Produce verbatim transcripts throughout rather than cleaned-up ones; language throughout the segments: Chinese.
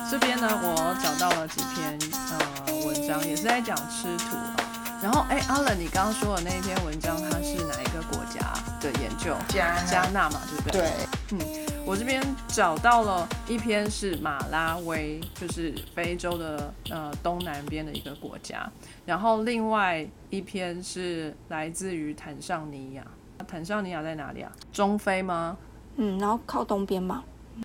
这边呢，我找到了几篇呃文章，也是在讲吃土啊。然后，哎，阿冷，你刚刚说的那一篇文章，它是哪一个国家的研究？ 加加纳嘛，对不对？ 对。 嗯，我这边找到了一篇是马拉维，就是非洲的呃东南边的一个国家。然后另外一篇是来自于坦桑尼亚。坦桑尼亚在哪里啊？中非吗？ 嗯，然后靠东边嘛。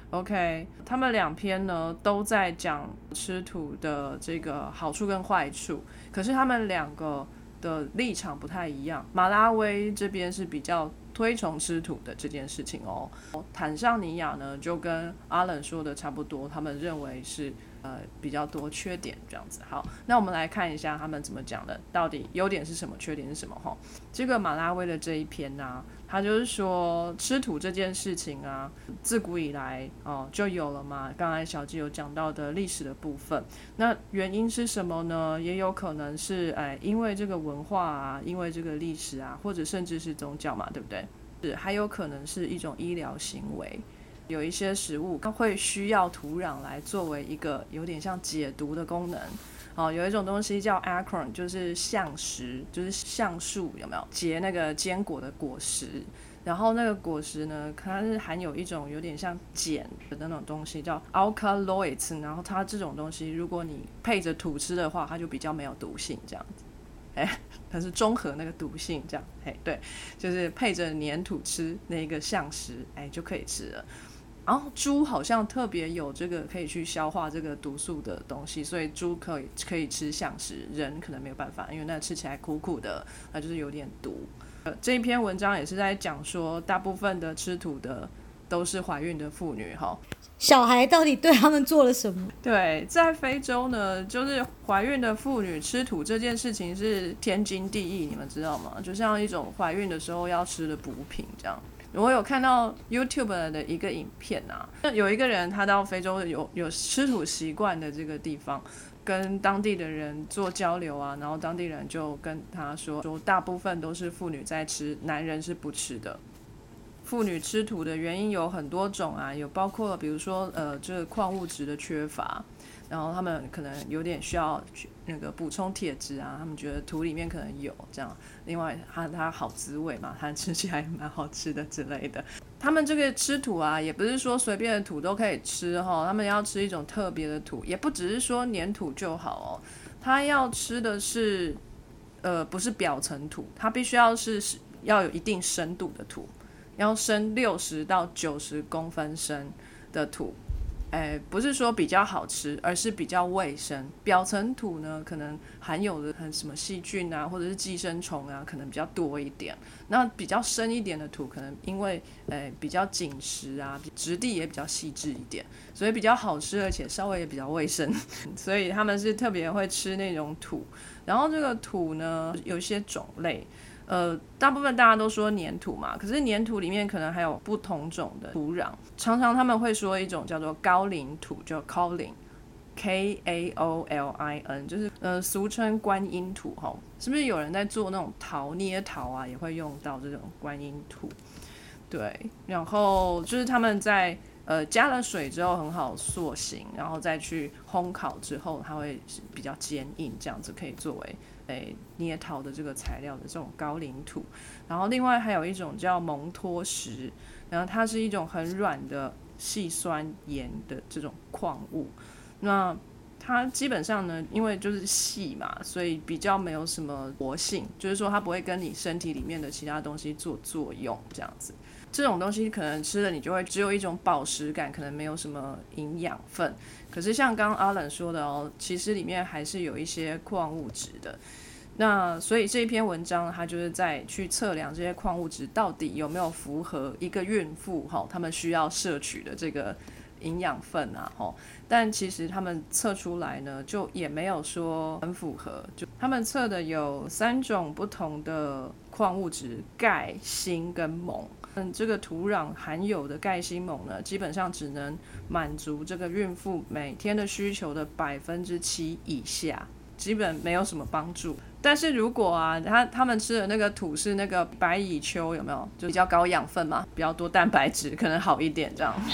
OK， 他们两篇呢都在讲吃土的这个好处跟坏处，可是他们两个的立场不太一样。马拉维这边是比较推崇吃土的这件事情哦，坦桑尼亚呢就跟阿冷说的差不多，他们认为是呃比较多缺点这样子。好，那我们来看一下他们怎么讲的，到底优点是什么，缺点是什么齁。这个马拉维的这一篇啊，他就是说吃土这件事情啊，自古以来哦就有了嘛。刚才小纪有讲到的历史的部分，那原因是什么呢？也有可能是哎因为这个文化啊，因为这个历史啊，或者甚至是宗教嘛，对不对？是，还有可能是一种医疗行为。有一些食物它会需要土壤来作为一个有点像解毒的功能。哦，有一种东西叫 acorn， 就是橡实，就是橡树有没有结那个坚果的果实？然后那个果实呢，它是含有一种有点像碱的那种东西，叫 alkaloids。然后它这种东西，如果你配着土吃的话，它就比较没有毒性，这样子。哎，它是中和那个毒性，这样。哎，对，就是配着黏土吃那个橡实，哎，就可以吃了。然后猪好像特别有这个可以去消化这个毒素的东西，所以猪可以可以吃橡实，人可能没有办法，因为那吃起来苦苦的，那就是有点毒。呃，这一篇文章也是在讲说，大部分的吃土的都是怀孕的妇女哈。 小孩到底对他们做了什么？ 对，在非洲呢，就是怀孕的妇女吃土这件事情是天经地义，你们知道吗？就像一种怀孕的时候要吃的补品这样。我有看到 YouTube 的一个影片啊，有一个人他到非洲有有吃土习惯的这个地方，跟当地的人做交流啊，然后当地人就跟他说，说大部分都是妇女在吃，男人是不吃的。妇女吃土的原因有很多种啊，有包括比如说呃，这个矿物质的缺乏。然后他们可能有点需要那个补充铁质啊，他们觉得土里面可能有这样。另外它它好滋味嘛，它吃起来蛮好吃的之类的。他们这个吃土啊，也不是说随便的土都可以吃哈，他们要吃一种特别的土，也不只是说黏土就好哦，他要吃的是呃不是表层土，它必须要是要有一定深度的土，要深六十到九十公分深的土。哎，不是说比较好吃，而是比较卫生。表层土呢，可能含有的很什么细菌啊，或者是寄生虫啊，可能比较多一点。那比较深一点的土，可能因为哎比较紧实啊，质地也比较细致一点，所以比较好吃，而且稍微也比较卫生。所以他们是特别会吃那种土。然后这个土呢，有一些种类。呃，大部分大家都说粘土嘛，可是粘土里面可能还有不同种的土壤，常常他们会说一种叫做高岭土，叫 kaolin K A O L I N， 就是呃俗称观音土齁，是不是有人在做那种陶捏陶啊，也会用到这种观音土？对，然后就是他们在呃加了水之后很好塑形，然后再去烘烤之后，它会比较坚硬，这样子可以作为诶捏陶的这个材料的这种高岭土。然后另外还有一种叫蒙脱石，然后它是一种很软的细酸盐的这种矿物。那它基本上呢，因为就是细嘛，所以比较没有什么活性，就是说它不会跟你身体里面的其他东西做作用，这样子。这种东西可能吃了你就会只有一种饱食感，可能没有什么营养分。可是像刚刚阿冷说的哦，其实里面还是有一些矿物质的。那所以这一篇文章它就是在去测量这些矿物质到底有没有符合一个孕妇他们需要摄取的这个营养分啊，但其实他们测出来呢，就也没有说很符合。就他们测的有三种不同的矿物质：钙、锌跟锰。嗯，这个土壤含有的钙、锌、锰呢，基本上只能满足这个孕妇每天的需求的百分之七以下，基本没有什么帮助。但是如果啊，他他们吃的那个土是那个白蚁丘，有没有？就比较高养分嘛，比较多蛋白质，可能好一点这样。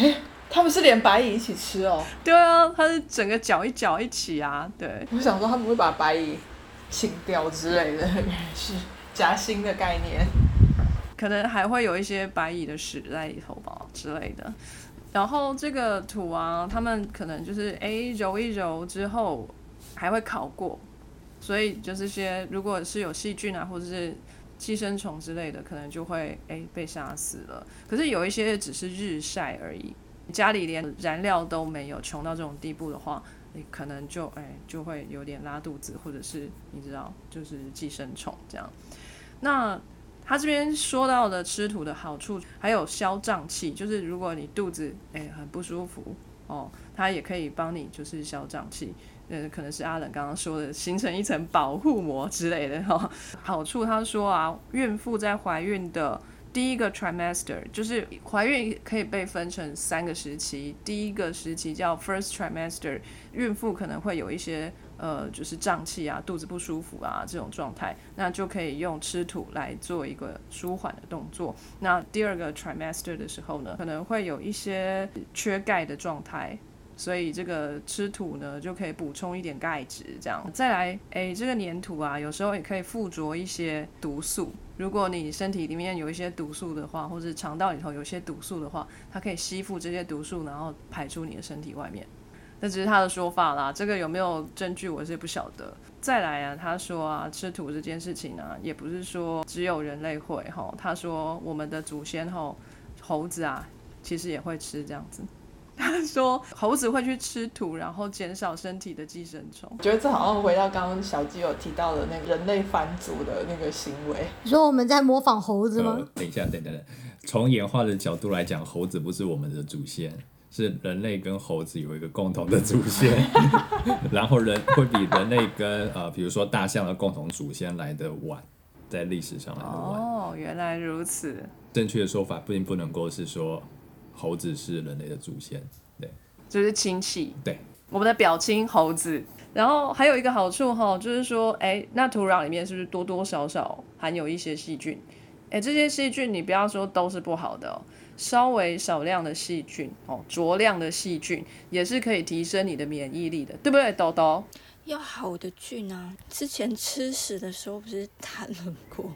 他们是连白蚁一起吃哦？ 对啊，它是整个搅一搅一起啊，对。 我想说他们会把白蚁清掉之类的，原来是夹心的概念。 可能还会有一些白蚁的屎在里头吧之类的。然后这个土啊，他们可能就是哎揉一揉之后还会烤过，所以就是些如果是有细菌啊或者是寄生虫之类的，可能就会哎被杀死了。可是有一些只是日晒而已，家里连燃料都没有，穷到这种地步的话，你可能就哎就会有点拉肚子，或者是你知道就是寄生虫这样。那他这边说到的吃土的好处，还有消胀气，就是如果你肚子哎很不舒服哦，它也可以帮你就是消胀气。呃，可能是阿冷刚刚说的，形成一层保护膜之类的哈、哦。好处他说啊，孕妇在怀孕的第一个 trimester， 就是怀孕可以被分成三个时期，第一个时期叫 first trimester， 孕妇可能会有一些呃，就是胀气啊、肚子不舒服啊这种状态，那就可以用吃土来做一个舒缓的动作。那第二个 trimester 的时候呢，可能会有一些缺钙的状态。所以这个吃土呢，就可以补充一点钙质，这样。再来，哎，这个粘土啊，有时候也可以附着一些毒素。如果你身体里面有一些毒素的话，或者肠道里头有一些毒素的话，它可以吸附这些毒素，然后排出你的身体外面。这只是他的说法啦，这个有没有证据我是不晓得。再来啊，他说啊，吃土这件事情啊，也不是说只有人类会齁。他说我们的祖先齁，猴子啊，其实也会吃这样子。他说猴子会去吃土，然后减少身体的寄生虫。 我觉得这好像回到刚刚小鸡有提到的那个人类返祖的那个行为。 你说我们在模仿猴子吗？ 呃、等一下，等等等，从演化的角度来讲，猴子不是我们的祖先，是人类跟猴子有一个共同的祖先，然后人会比人类跟呃，比如说大象的共同祖先来得晚，在历史上来得晚。 哦，原来如此。 正确的说法并不能够是说猴子是人类的祖先，对， 就是亲戚， 对， 我们的表亲猴子。然后还有一个好处哈，就是说，哎，那土壤里面是不是多多少少含有一些细菌？哎，这些细菌你不要说都是不好的哦，稍微少量的细菌哦，酌量的细菌也是可以提升你的免疫力的，对不对，豆豆？ 要好的菌啊，之前吃屎的时候不是谈论过？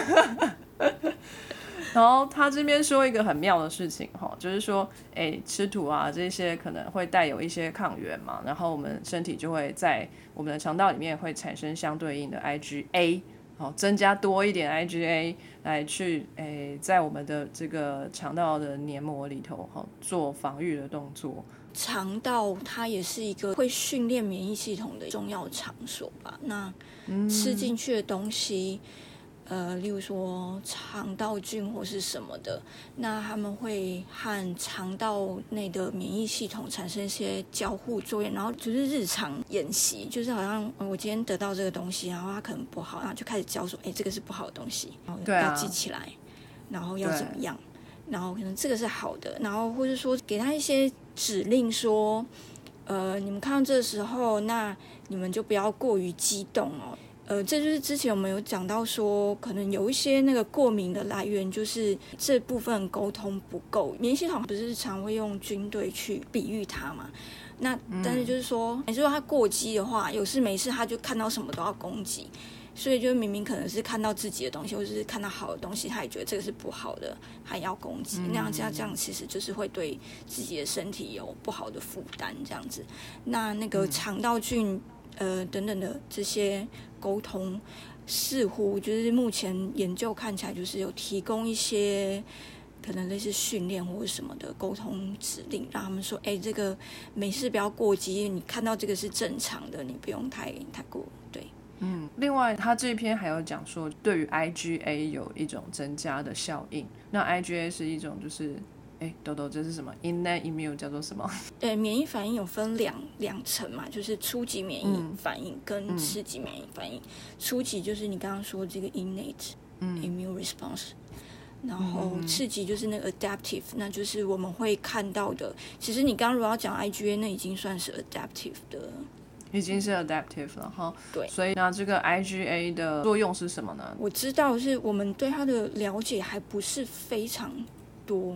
然后他这边说一个很妙的事情哈，就是说，哎，吃土啊这些可能会带有一些抗原嘛，然后我们身体就会在我们的肠道里面会产生相对应的 I G A， 好，增加多一点 I G A 来去，哎，在我们的这个肠道的黏膜里头哈做防御的动作。 肠道它也是一个会训练免疫系统的重要场所吧？那吃进去的东西。呃，例如说肠道菌或是什么的，那他们会和肠道内的免疫系统产生一些交互作用，然后就是日常演习，就是好像、呃、我今天得到这个东西，然后它可能不好，然后就开始教说，哎，这个是不好的东西，然后要记起来，然后要怎么样，然后可能这个是好的，然后或者说给他一些指令说，呃，你们看到这时候，那你们就不要过于激动哦。呃，这就是之前我们有讲到说，可能有一些那个过敏的来源，就是这部分沟通不够。免疫系统不是常会用军队去比喻它嘛？那但是就是说，你说他过激的话，有事没事他就看到什么都要攻击，所以就明明可能是看到自己的东西，或者是看到好的东西，他也觉得这个是不好的，还要攻击。那样这样这样，其实就是会对自己的身体有不好的负担，这样子。那那个肠道菌。呃，等等的这些沟通，似乎就是目前研究看起来就是有提供一些可能类似训练或者什么的沟通指令，让他们说，哎，这个没事不要过激，你看到这个是正常的，你不用太太过，对。 嗯，另外他这篇还有讲说，对于 I G A 有一种增加的效应。那 I G A 是一种就是。哎，豆豆，这是什么 ？Innate immune 叫做什么？ 对，免疫反应有分两两层嘛，就是初级免疫反应跟次级免疫反应。嗯、初级就是你刚刚说这个 innate immune response，、嗯、然后次级就是那个 adaptive，、嗯、那就是我们会看到的。其实你刚刚如果要讲 I G A， 那已经算是 adaptive 的。 已经是 adaptive 了哈， 对， 所以那这个 I G A 的作用是什么呢？ 我知道是我们对它的了解还不是非常多。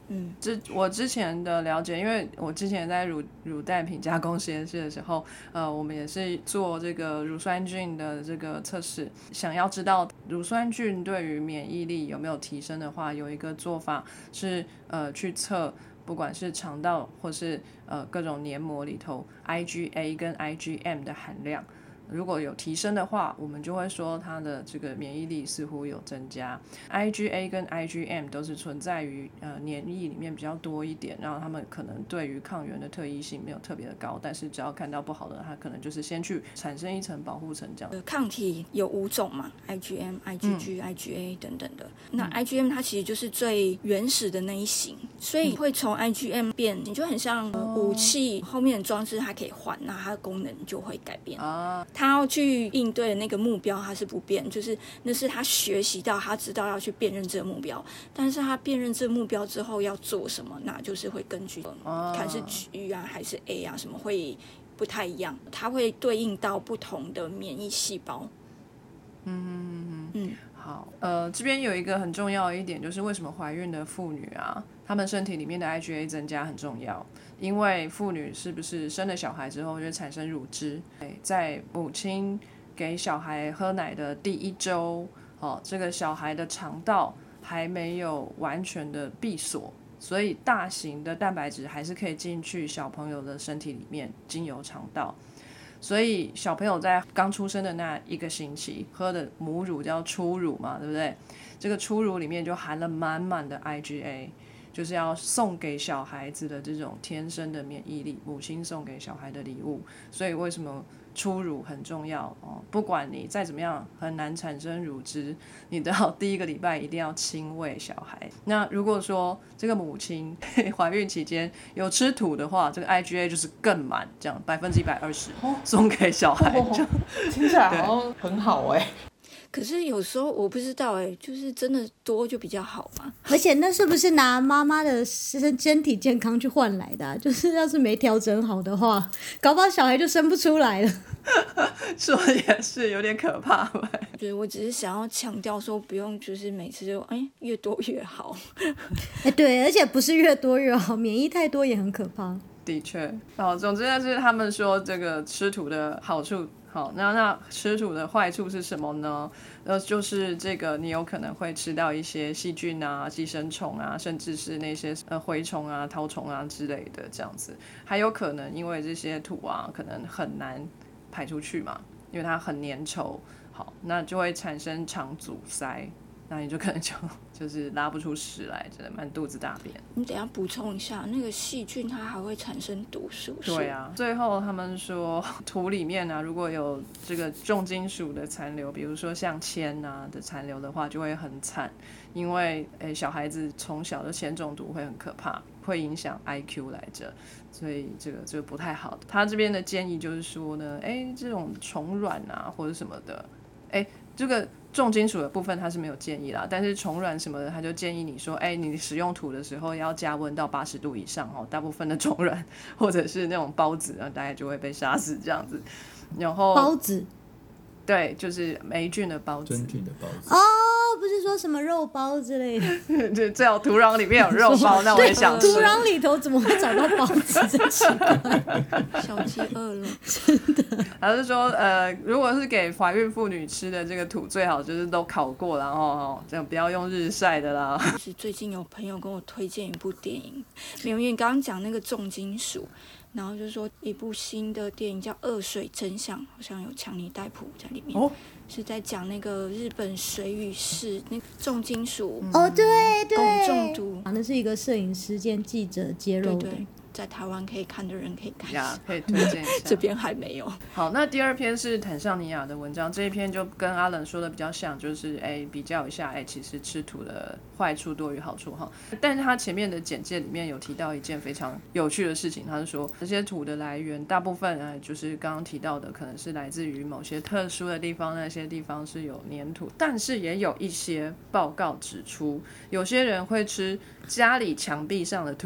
嗯， 之我之前的了解，因为我之前在乳乳蛋品加工实验室的时候，呃，我们也是做这个乳酸菌的这个测试，想要知道乳酸菌对于免疫力有没有提升的话，有一个做法是呃去测，不管是肠道或是呃各种黏膜里头 I G A 跟 I G M 的含量。如果有提升的话，我们就会说它的这个免疫力似乎有增加。I G A 跟 I G M 都是存在于呃黏液里面比较多一点，然后他们可能对于抗原的特异性没有特别的高，但是只要看到不好的，它可能就是先去产生一层保护层这样。 呃抗体有五种嘛 ，I G M、I G G、I G A 等等的。那 I G M 它其实就是最原始的那一型，所以会从 I G M 变，你就很像、呃、武器后面的装置，它可以换，那它的功能就会改变。 啊， 他要去应对的那个目标，它是不变，就是那是他学习到，他知道要去辨认这个目标，但是他辨认这个目标之后要做什么，那就是会根据、 啊、 看是 G 啊还是 A 啊什么会不太一样，它会对应到不同的免疫细胞。 嗯嗯嗯嗯， 好，呃，这边有一个很重要的一点，就是为什么怀孕的妇女啊，她们身体里面的 I G A 增加很重要，因为妇女是不是生了小孩之后就会产生乳汁，在母亲给小孩喝奶的第一周，哦，这个小孩的肠道还没有完全的闭锁，所以大型的蛋白质还是可以进去小朋友的身体里面，经由肠道。所以小朋友在刚出生的那一个星期喝的母乳叫初乳嘛，对不对？这个初乳里面就含了满满的 I G A， 就是要送给小孩子的这种天生的免疫力，母亲送给小孩的礼物。所以为什么初乳很重要哦？不管你再怎么样很难产生乳汁，你都要第一个礼拜一定要亲喂小孩。那如果说这个母亲怀孕期间有吃土的话，这个 I G A 就是更满，这样百分之一百二十送给小孩。 哦、听起来好像很好哎、欸。 可是有时候我不知道哎、欸，就是真的多就比较好嘛。 而且那是不是拿妈妈的身体健康去换来的、啊？就是要是没调整好的话，搞不好小孩就生不出来了。 说也是有点可怕吧。 就是我只是想要强调说，不用就是每次就哎越多越好。 哎，对，而且不是越多越好，免疫太多也很可怕。 的确，哦，总之就是他们说这个吃土的好处。好，那那吃土的坏处是什么呢？呃，就是这个你有可能会吃到一些细菌啊、寄生虫啊，甚至是那些呃蛔虫啊、绦虫啊之类的这样子。还有可能因为这些土啊，可能很难排出去嘛，因为它很粘稠，好，那就会产生肠阻塞。那你就可能就就是拉不出屎来，真的满肚子大便。 你等一下补充一下，那个细菌它还会产生毒素。 对啊，最后他们说土里面啊，如果有这个重金属的残留，比如说像铅啊的残留的话，就会很惨，因为诶小孩子从小的铅中毒会很可怕，会影响 I Q 来着，所以这个这个不太好。他这边的建议就是说呢，哎，这种虫卵啊或者什么的，哎，这个。重金属的部分它是没有建议啦，但是虫卵什么的，他就建议你说，哎，你使用土的时候要加温到八十度以上哦，大部分的虫卵或者是那种孢子啊，大概就会被杀死这样子。然后孢子， 对，就是霉菌的孢子， 真菌的孢子。 哦，不是说什么肉包之类的， 就最好土壤里面有肉包，那我也想吃。 土壤里头怎么会找到孢子？真奇怪， 小鸡饿了， 真的。 他是说，呃，如果是给怀孕妇女吃的这个土，最好就是都烤过，然后哦，这样不要用日晒的啦。 是最近有朋友跟我推荐一部电影，没有，因为你刚刚讲那个重金属。然后就说一部新的电影叫《恶水真相》，好像有强尼戴普在里面， 哦、 是在讲那个日本水俣市那个重金属哦，对对， 汞中毒， 那是一个摄影师兼记者揭露的。 对对，在台湾可以看的人可以看一呀下， 可以推荐一下。 这边还没有。 好，那第二篇是坦桑尼亚的文章，这一篇就跟阿冷说的比较像，就是哎比较一下，哎其实吃土的坏处多于好处哈。但是他前面的简介里面有提到一件非常有趣的事情，他是说这些土的来源大部分哎就是刚刚提到的，可能是来自于某些特殊的地方，那些地方是有粘土，但是也有一些报告指出，有些人会吃家里墙壁上的土。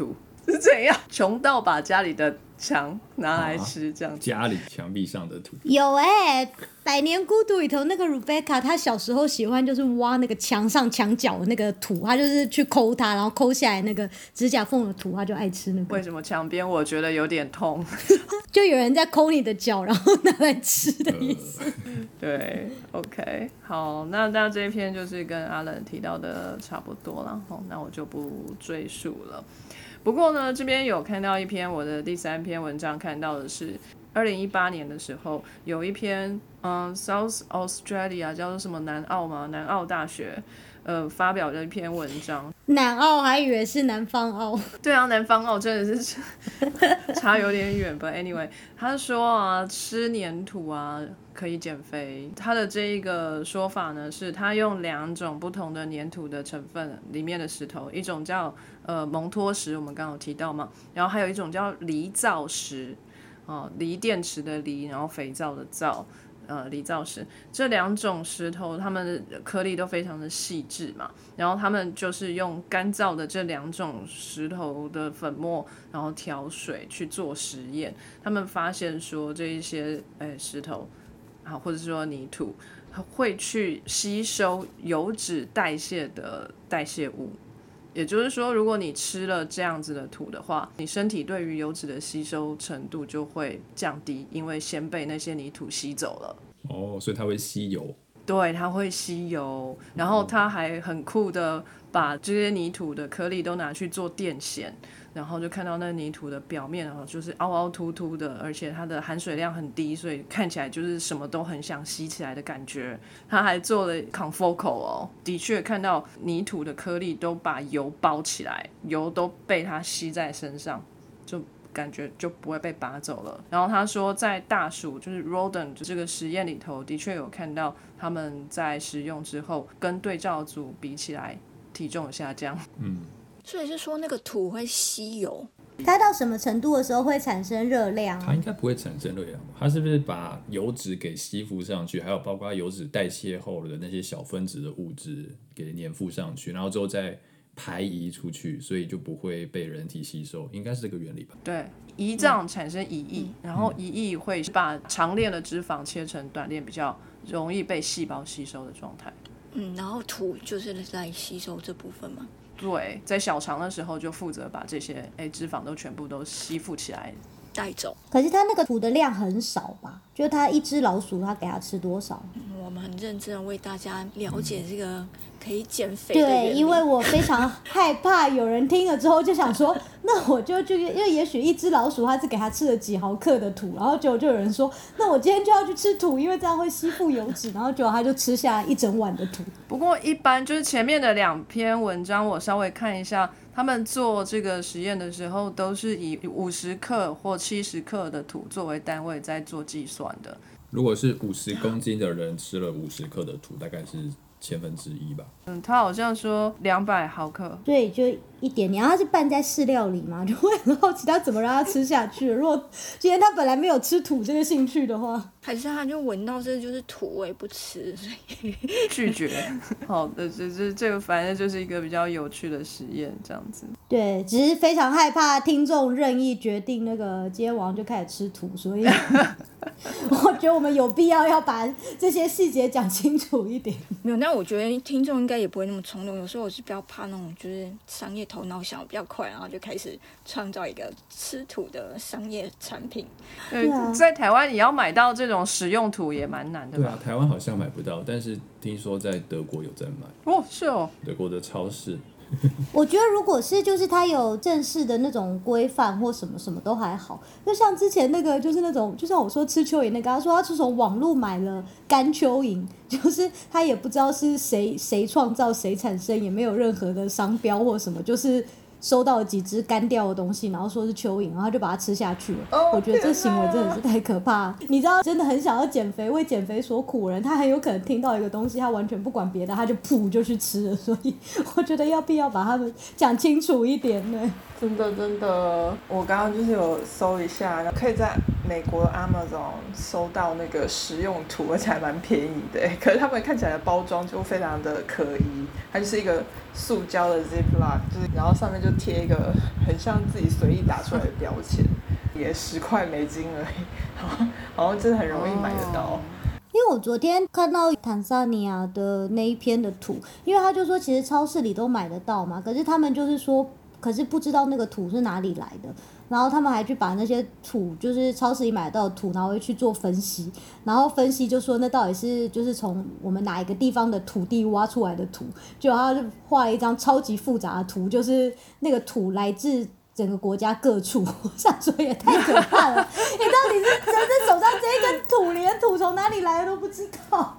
是怎样？穷到把家里的墙拿来吃这样子。 家里墙壁上的土。 有哎、欸，百年孤独里头那个 Rebecca， 她小时候喜欢就是挖那个墙上墙角的那个土，她就是去抠它，然后抠下来那个指甲缝的土，她就爱吃那个。 为什么墙边我觉得有点痛？ 就有人在抠你的脚，然后拿来吃的意思。呃、 对 ，OK， 好，那那这一篇就是跟阿冷提到的差不多了，那我就不赘述了。不过呢，这边有看到一篇我的第三篇文章，看到的是二零一八年的时候，有一篇嗯 South Australia 叫做什么南澳嘛，南澳大学呃发表的一篇文章。 南澳还以为是南方澳。 对啊，南方澳真的是差有点远。But anyway， 他说啊，吃黏土啊可以减肥。他的这一个说法呢，是他用两种不同的黏土的成分里面的石头，一种叫呃蒙脱石，我们刚刚有提到嘛，然后还有一种叫梨造石，哦，锂电池的锂，然后肥皂的皂。呃，梨造石这两种石头，它们的颗粒都非常的细致嘛，然后他们就是用干燥的这两种石头的粉末，然后调水去做实验，他们发现说这一些诶石头啊，或者说泥土会去吸收油脂代谢的代谢物。也就是说，如果你吃了这样子的土的话，你身体对于油脂的吸收程度就会降低，因为先被那些泥土吸走了。 哦，所以它会吸油。 对，它会吸油，然后它还很酷的把这些泥土的颗粒都拿去做电显，然后就看到那泥土的表面就是凹凹凸凸的，而且它的含水量很低，所以看起来就是什么都很想吸起来的感觉。它还做了 confocal 哦，的确看到泥土的颗粒都把油包起来，油都被它吸在身上，就感觉就不会被拔走了。然后他说在大鼠就是 rodent 这个实验里头，的确有看到他们在食用之后跟对照组比起来体重有下降。 嗯， 所以是说那个土会吸油， 它到什么程度的时候会产生热量、啊？ 它应该不会产生热量吧？它是不是把油脂给吸附上去，还有包括油脂代谢后的那些小分子的物质给粘附上去，然后之后再排遗出去，所以就不会被人体吸收，应该是这个原理吧？ 对，胰脏产生胰液、嗯、然后胰液会把长链的脂肪切成短链，比较容易被细胞吸收的状态。 嗯，然后土就是在吸收这部分嘛。 对，在小肠的时候就负责把这些哎脂肪都全部都吸附起来带走。 可是它那个土的量很少吧？就是它一只老鼠，它给它吃多少？ 嗯、我们很认真的为大家了解这个可以减肥的原理。 对，因为我非常害怕有人听了之后就想说，那我就就因为也许一只老鼠它是给它吃了几毫克的土，然后结果就有人说，那我今天就要去吃土，因为这样会吸附油脂，然后结果它就吃下一整碗的土。 不过一般就是前面的两篇文章我稍微看一下，他们做这个实验的时候都是以五十克或七十克的土作为单位在做计算的。 如果是五十公斤的人吃了五十克的土，大概是千分之一吧。 嗯，他好像说两百毫克。 对，就一点点。然后它是拌在饲料里嘛，就会很好奇他怎么让它吃下去。如果今天他本来没有吃土这个兴趣的话， 还是他就闻到这就是土味不吃，所以拒绝。好的，这这这个反正就是一个比较有趣的实验，这样子。 对，只是非常害怕听众任意决定那个今天晚上就开始吃土，所以我觉得我们有必要要把这些细节讲清楚一点。 没有，但我觉得听众应该也不会那么冲动。有时候我是比较怕那种就是商业头脑想得比较快，然后就开始创造一个吃土的商业产品。 对，在台湾你要买到这种食用土也蛮难的吧？ 对啊，台湾好像买不到，但是听说在德国有在卖。 哦，是哦， 德国的超市。 我觉得如果是就是它有正式的那种规范或什么什么都还好，就像之前那个就是那种就像我说吃蚯蚓那个，他说他是从网络买了干蚯蚓，就是他也不知道是谁谁创造谁产生，也没有任何的商标或什么，就是收到了几只干掉的东西，然后说是蚯蚓，然后他就把它吃下去了。Oh, 我觉得这行为真的是太可怕了。你知道真的很想要减肥为减肥所苦的人，他很有可能听到一个东西，他完全不管别的，他就噗就去吃了。所以我觉得要必要把他们讲清楚一点呢。 真的真的，我刚刚就是有搜一下，可以在美国 Amazon 搜到那个食用土，而且还蛮便宜的。可是他们看起来的包装就非常的可疑，它就是一个塑胶的 Ziploc， 就是然后上面就就贴一个很像自己随意打出来的标签，也十块美金而已，好，好像真的很容易买得到。哦， 因为我昨天看到坦桑尼亚的那一篇的图，因为他就说其实超市里都买得到嘛，可是他们就是说，可是不知道那个土是哪里来的，然后他们还去把那些土，就是超市里买得到的土，然后会去做分析，然后分析就说那到底是就是从我们哪一个地方的土地挖出来的土，就他就画了一张超级复杂的图，就是那个土来自整个国家各处，我想说也太可怕了！你到底是真正手上这一根土，连土从哪里来的都不知道。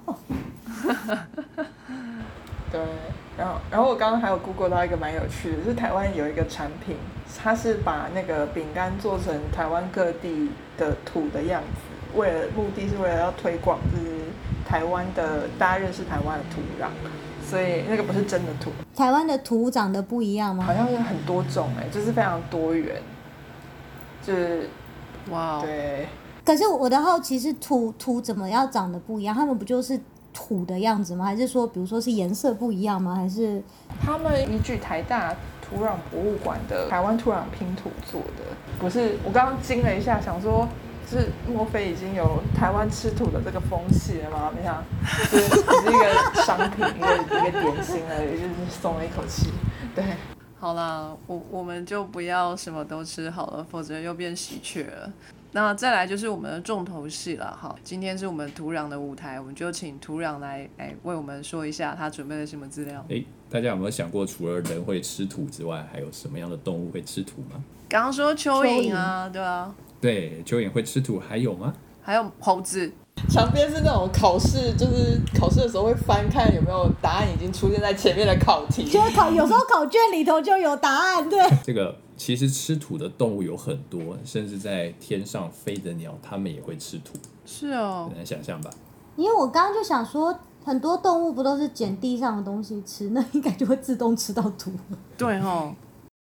对，然后然后我刚刚还有 Google 到一个蛮有趣的，是台湾有一个产品，它是把那个饼干做成台湾各地的土的样子，为了目的是为了要推广就是台湾的大家认识台湾的土壤。所以那个不是真的土。 台湾的土长得不一样吗？ 好像有很多种哎、欸，就是非常多元，就是哇、wow. 对。 可是我的好奇是土土怎么样长得不一样？他们不就是土的样子吗？还是说比如说是颜色不一样吗？还是他们依据台大土壤博物馆的台湾土壤拼图做的？不是，我刚刚惊了一下，想说。是莫非已经有台湾吃土的这个风气了吗？没想到就是只是一个商品，一个一个点心而已，就是松了一口气。对， 好啦，我我们就不要什么都吃好了，否则又变喜鹊了。那再来就是我们的重头戏了，好，今天是我们土壤的舞台，我们就请土壤来来为我们说一下他准备了什么资料。 哎，大家有没有想过，除了人会吃土之外，还有什么样的动物会吃土吗？ 刚刚说蚯蚓啊，对啊。 对，蚯蚓会吃土，还有吗？ 还有猴子。 墙边是那种考试，就是考试的时候会翻看有没有答案已经出现在前面的考题。 就考有时候考卷里头就有答案，对。 这个其实吃土的动物有很多，甚至在天上飞的鸟，它们也会吃土。 是哦， 很难想象吧？ 因为我刚刚就想说，很多动物不都是捡地上的东西吃，那应该就会自动吃到土。 对哦。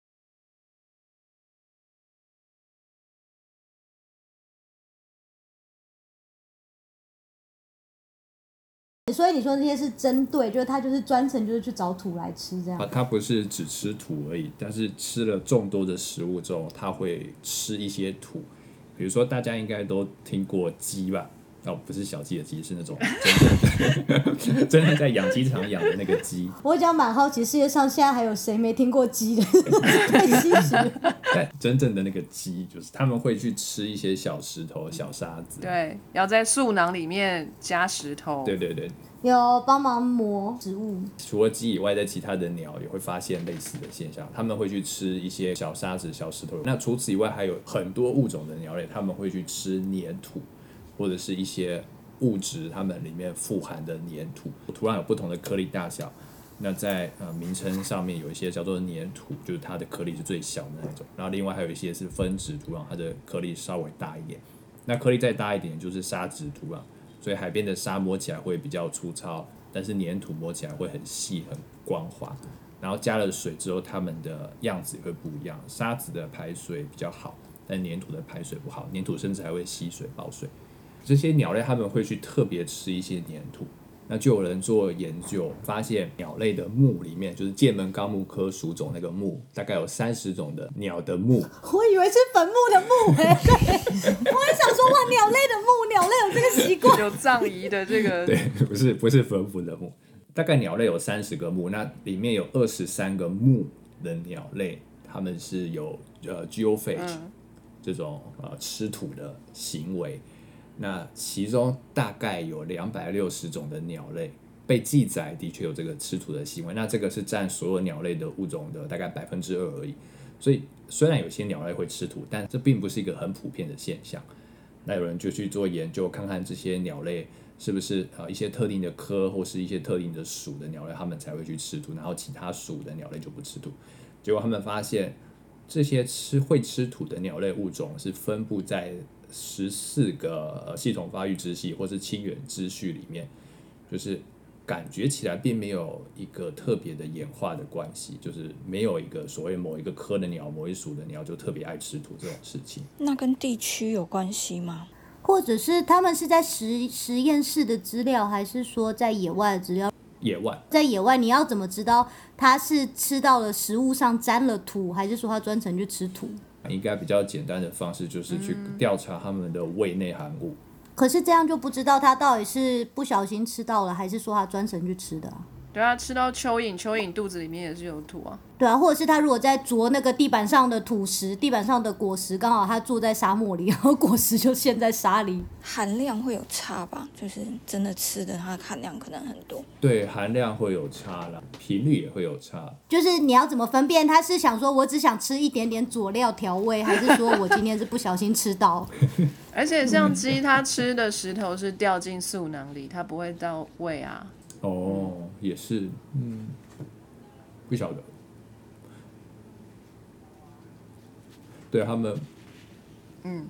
所以你说这些是针对，就是他就是专程就是去找土来吃这样。 啊，它不是只吃土而已，但是吃了众多的食物之后，它会吃一些土。比如说大家应该都听过鸡吧？哦，不是小鸡的鸡，是那种真正真正在养鸡场养的那个鸡。 我讲蛮好奇，世界上现在还有谁没听过鸡的？太稀奇了。 但真正的那个鸡，就是他们会去吃一些小石头、小沙子。 对，要在素囊里面加石头。 对对对。 有帮忙磨植物。 除了鸡以外，在其他的鸟也会发现类似的现象，他们会去吃一些小沙子、小石头。那除此以外，还有很多物种的鸟类，他们会去吃粘土，或者是一些物质，它们里面富含的粘土。土壤有不同的颗粒大小，那在呃名称上面有一些叫做粘土，就是它的颗粒是最小的那种。然后另外还有一些是分质土壤，它的颗粒稍微大一点。那颗粒再大一点就是沙质土壤。所以海边的沙摸起来会比较粗糙，但是粘土摸起来会很细很光滑。然后加了水之后，它们的样子也会不一样。沙子的排水比较好，但粘土的排水不好，粘土甚至还会吸水爆水。这些鸟类它们会去特别吃一些粘土。那就有人做研究，发现鸟类的目里面，就是界门纲目科属种那个目，大概有三十种的鸟的目。 我以为是坟墓的墓哎、欸，对，我也想说哇，鸟类的墓，鸟类有这个习惯， 有葬仪的这个。 对，不是不是坟墓的墓，大概鸟类有三十个目，那里面有二十三个目的鸟类，它们是有呃 geophage、嗯、这种呃吃土的行为。那其中大概有两百六十种的鸟类被记载的确有这个吃土的行为，那这个是占所有鸟类的物种的大概百分之二而已。所以虽然有些鸟类会吃土，但这并不是一个很普遍的现象。那有人就去做研究，看看这些鸟类是不是呃一些特定的科或是一些特定的属的鸟类，它们才会去吃土，然后其他属的鸟类就不吃土。结果他们发现，这些吃会吃土的鸟类物种是分布在十四个系统发育支系或是亲缘支序里面，就是感觉起来并没有一个特别的演化的关系，就是没有一个所谓某一个科的鸟、某一属的鸟就特别爱吃土这种事情。 那跟地区有关系吗？ 或者是他们是在实实验室的资料，还是说在野外的资料？ 野外， 在野外你要怎么知道它是吃到了食物上沾了土，还是说它专程去吃土？ 应该比较简单的方式就是去调查他们的胃内含物。 可是这样就不知道它到底是不小心吃到了，还是说它专程去吃的啊？ 对啊，吃到蚯蚓，蚯蚓肚子里面也是有土啊。 对啊，或者是他如果在啄那个地板上的土石，地板上的果实，刚好他住在沙漠里，然后果实就陷在沙里， 含量会有差吧？就是真的吃的它的含量可能很多。 对，含量会有差啦，频率也会有差。 就是你要怎么分辨他是想说我只想吃一点点佐料调味，还是说我今天是不小心吃到？ 而且像鸡，它吃的石头是掉进素囊里，它不会到胃啊。 哦，也是，嗯，不晓得。对他们， 嗯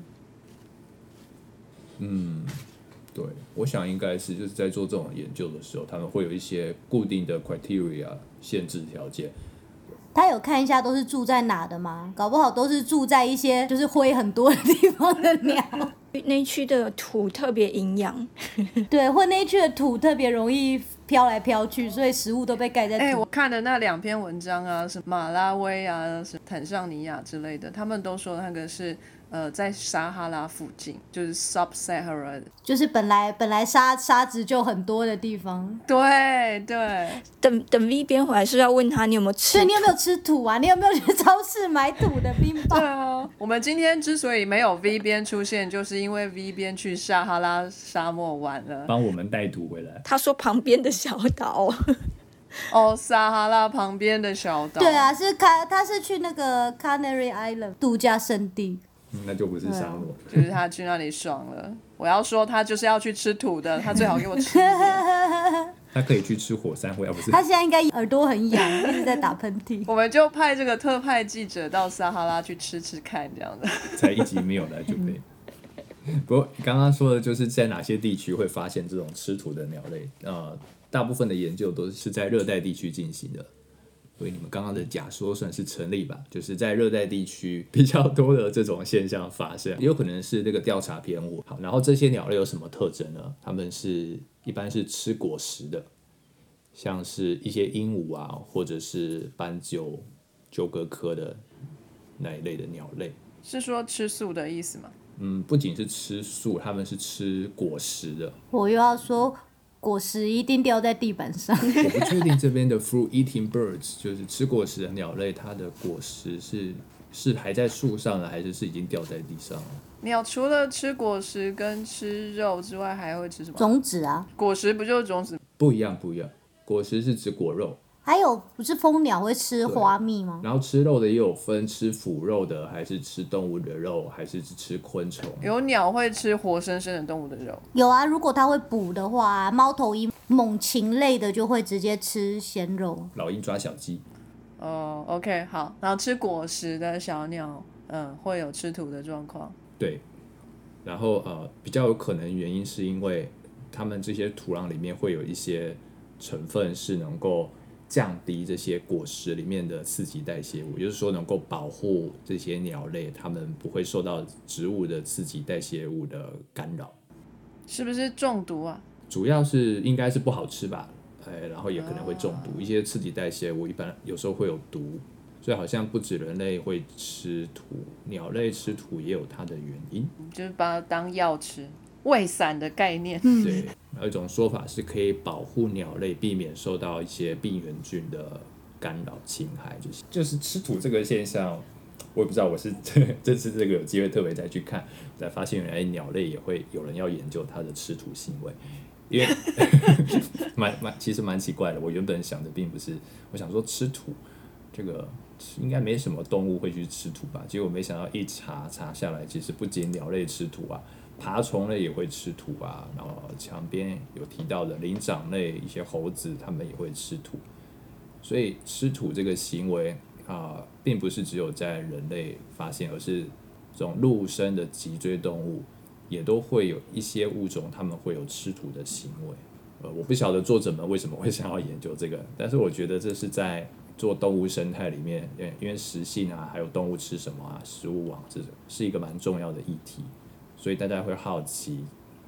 嗯，对，我想应该是就是在做这种研究的时候，他们会有一些固定的 criteria 限制条件。 他有看一下都是住在哪的吗？搞不好都是住在一些就是灰很多的地方的鸟。 那一区的土特别营养， 对，或那一区的土特别容易飘来飘去，所以食物都被盖在土。 哎、欸，我看的那两篇文章啊，是马拉维啊，是坦桑尼亚之类的，他们都说那个是呃在撒哈拉附近，就是 Sub-Sahara， 就是本来本来沙沙质就很多的地方。 对对。 等等 V 边回来是要问他你有没有吃土？ 对，你有没有吃土啊？你有没有去超市买土的冰棒？ 对啊，我们今天之所以没有 V 边出现，就是因为 V 边去撒哈拉沙漠玩了， 帮我们带土回来。 他说旁边的小岛。 哦，撒哈拉旁边的小岛。 对啊，是他他是去那个 Canary Island 度假胜地。 嗯，那就不是沙漠， 就是他去那里爽了。我要说他就是要去吃土的，他最好给我吃一点。 他可以去吃火山灰啊，不是？ 他现在应该耳朵很痒，一直在打喷嚏。 我们就派这个特派记者到撒哈拉去吃吃看，这样的。 才一集没有来就被。不过刚刚说的就是在哪些地区会发现这种吃土的鸟类，呃，大部分的研究都是在热带地区进行的。所以你们刚刚的假说算是成立吧，就是在热带地区比较多的这种现象发生，也有可能是这个调查偏误。好，然后这些鸟类有什么特征呢？它们是一般是吃果实的，像是一些鹦鹉啊，或者是斑鸠、鸠鸽科的那一类的鸟类。 是说吃素的意思吗？ 嗯，不仅是吃素，它们是吃果实的。 我又要说。果实一定掉在地板上。 我不确定这边的 fruit eating birds 就是吃果实的鸟类，它的果实是是还在树上的，还是是已经掉在地上了？ 鸟除了吃果实跟吃肉之外，还会吃什么？ 种子啊。 果实不就是种子？ 不一样，不一样。果实是指果肉。 还有不是蜂鸟会吃花蜜吗？ 然后吃肉的也有分吃腐肉的，还是吃动物的肉，还是吃昆虫。 有鸟会吃活生生的动物的肉。 有啊，如果它会捕的话，猫头鹰、猛禽类的就会直接吃鲜肉。 老鹰抓小鸡。 哦、oh, ，OK， 好。然后吃果实的小鸟，嗯，会有吃土的状况。 对。然后呃，比较有可能原因是因为它们这些土壤里面会有一些成分是能够降低这些果实里面的刺激代谢物，也就是说能够保护这些鸟类，它们不会受到植物的刺激代谢物的干扰。 是不是中毒啊？ 主要是应该是不好吃吧，哎，然后也可能会中毒。一些刺激代谢物一般有时候会有毒，所以好像不止人类会吃土，鸟类吃土也有它的原因， 就是把它当药吃。胃散的概念。 对，有一种说法是可以保护鸟类，避免受到一些病原菌的干扰侵害，就是就是吃土这个现象，我也不知道，我是这次这个有机会特别再去看，才发现原来鸟类也会有人要研究它的吃土行为，因为蛮蛮其实蛮奇怪的。我原本想的并不是，我想说吃土这个应该没什么动物会去吃土吧，结果没想到一查查下来，其实不仅鸟类吃土啊。爬虫类也会吃土啊，然后墙边有提到的灵长类一些猴子，它们也会吃土，所以吃土这个行为啊、呃，并不是只有在人类发现，而是这种陆生的脊椎动物也都会有一些物种，它们会有吃土的行为。呃，我不晓得作者们为什么会想要研究这个，但是我觉得这是在做动物生态里面，因为食性啊，还有动物吃什么啊，食物网这是一个蛮重要的议题。所以大家会好奇，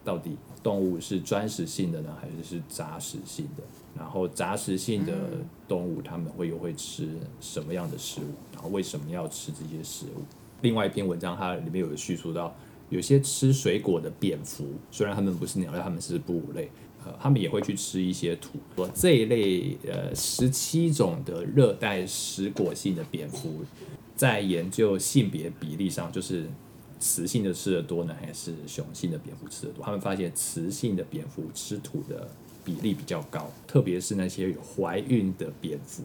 到底动物是专食性的呢，还是是杂食性的？然后杂食性的动物它们会又会吃什么样的食物？然后为什么要吃这些食物？另外一篇文章它里面有叙述到，有些吃水果的蝙蝠，虽然它们不是鸟类，它们是哺乳类，呃，它们也会去吃一些土。这一类呃十七种的热带食果性的蝙蝠，在研究性别比例上，就是雌性的吃的多呢，还是雄性的蝙蝠吃的多？他们发现雌性的蝙蝠吃土的比例比较高，特别是那些有怀孕的蝙蝠。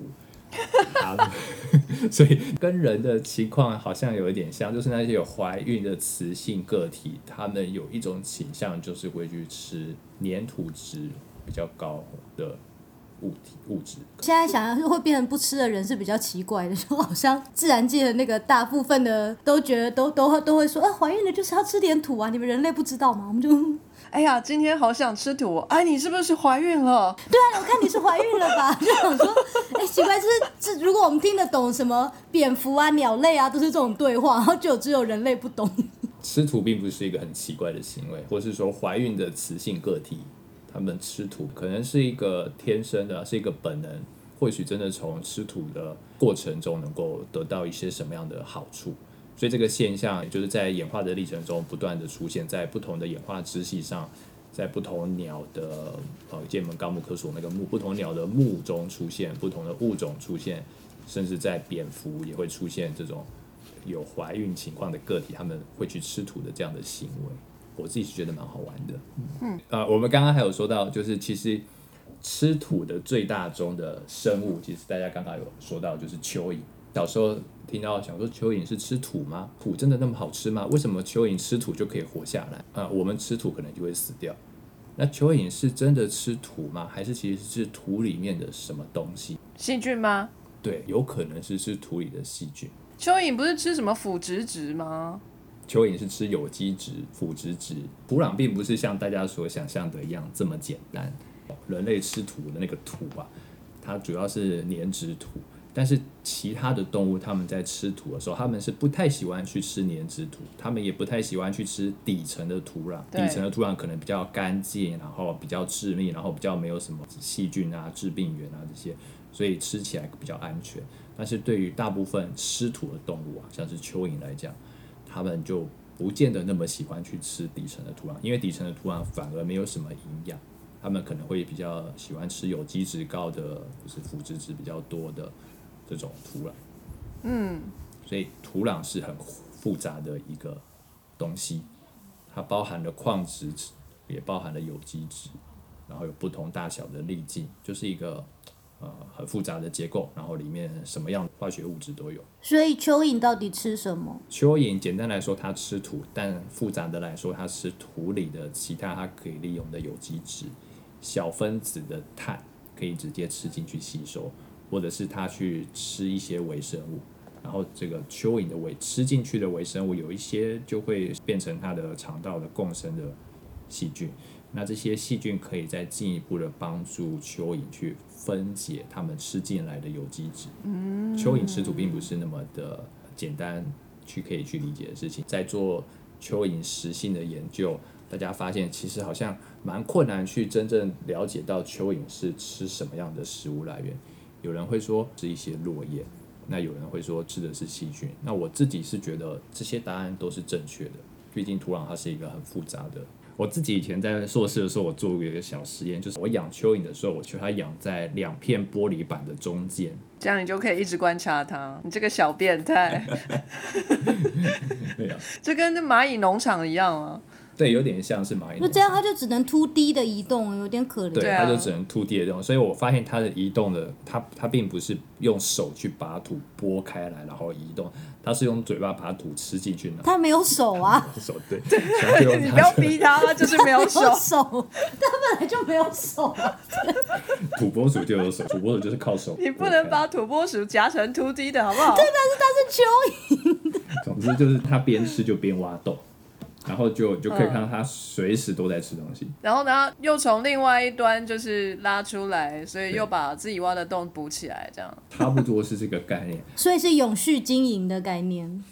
所以跟人的情况好像有一点像，就是那些有怀孕的雌性个体，他们有一种倾向，就是会去吃粘土质比较高的物体物质。 现在想想会变成不吃的人是比较奇怪的，就好像自然界的那个大部分的都觉得都都都会说，啊，怀孕了就是要吃点土啊，你们人类不知道吗？我们就哎呀，今天好想吃土哦！哎，你是不是怀孕了？ 对啊，我看你是怀孕了吧？就想说，哎，奇怪，就是这如果我们听得懂什么蝙蝠啊、鸟类啊，都是这种对话，然后就只有人类不懂。 吃土并不是一个很奇怪的行为，或是说怀孕的雌性个体，他们吃土可能是一个天生的，是一个本能，或许真的从吃土的过程中能够得到一些什么样的好处。所以这个现象也就是在演化的历程中不断的出现在不同的演化支系上，在不同鸟的呃界门纲目科属那个目不同鸟的目中出现，不同的物种出现，甚至在蝙蝠也会出现这种有怀孕情况的个体，他们会去吃土的这样的行为。我自己是觉得蛮好玩的。嗯，呃，我们刚刚还有说到，就是其实吃土的最大宗的生物，其实大家刚刚有说到，就是蚯蚓。小时候听到想说蚯蚓是吃土吗？土真的那么好吃吗？为什么蚯蚓吃土就可以活下来？呃，我们吃土可能就会死掉。那蚯蚓是真的吃土吗？还是其实是土里面的什么东西？ 细菌吗？ 对，有可能是吃土里的细菌。 蚯蚓不是吃什么腐殖质吗？ 蚯蚓是吃有机质、腐殖质。土壤并不是像大家所想象的一样这么简单。人类吃土的那个土啊，它主要是粘质土。但是其他的动物，它们在吃土的时候，它们是不太喜欢去吃粘质土，它们也不太喜欢去吃底层的土壤。底层的土壤可能比较干净，然后比较致密，然后比较没有什么细菌啊、致病源啊这些，所以吃起来比较安全。但是对于大部分吃土的动物啊，像是蚯蚓来讲，它们就不见得那么喜欢去吃底层的土壤，因为底层的土壤反而没有什么营养，它们可能会比较喜欢吃有机质高的，就是腐殖质比较多的这种土壤。嗯，所以土壤是很复杂的一个东西，它包含了矿质，也包含了有机质，然后有不同大小的粒径，就是一个呃很复杂的结构，然后里面什么样的化学物质都有。 所以蚯蚓到底吃什么？ 蚯蚓简单来说它吃土，但复杂的来说它吃土里的其他它可以利用的有机质，小分子的碳可以直接吃进去吸收，或者是它去吃一些微生物，然后这个蚯蚓的微吃进去的微生物有一些就会变成它的肠道的共生的细菌，那这些细菌可以再进一步的帮助蚯蚓去分解它们吃进来的有机质。嗯，蚯蚓吃土并不是那么的简单去可以去理解的事情，在做蚯蚓食性的研究，大家发现其实好像蛮困难去真正了解到蚯蚓是吃什么样的食物来源。有人会说是一些落叶，那有人会说吃的是细菌。那我自己是觉得这些答案都是正确的，毕竟土壤它是一个很复杂的。我自己以前在硕士的时候，我做过一个小实验，就是我养蚯蚓的时候，我就它养在两片玻璃板的中间， 这样你就可以一直观察它。你这个小变态， 对啊， 这跟蚂蚁农场一样啊。 对，有点像是蚂蚁农场。 那这样它就只能凸低的移动，有点可怜。 对， 啊它就只能凸地的移动。所以我发现它的移动的，它它并不是用手去把土拨开来然后移动，它是用嘴巴把土吃进去。 它没有手啊， 手对，对你不要逼它，它就是没有手。 没有手，它本来就没有手啊。 土拨鼠就有手，土拨鼠就是靠手。 你不能把土拨鼠夹成凸低的好不好？ 对，但是它是蚯蚓。 总之就是它边吃就边挖洞。然后就就可以看到它随时都在吃东西， 然后呢又从另外一端就是拉出来，所以又把自己挖的洞补起来，这样差不多是这个概念。 所以是永续经营的概念。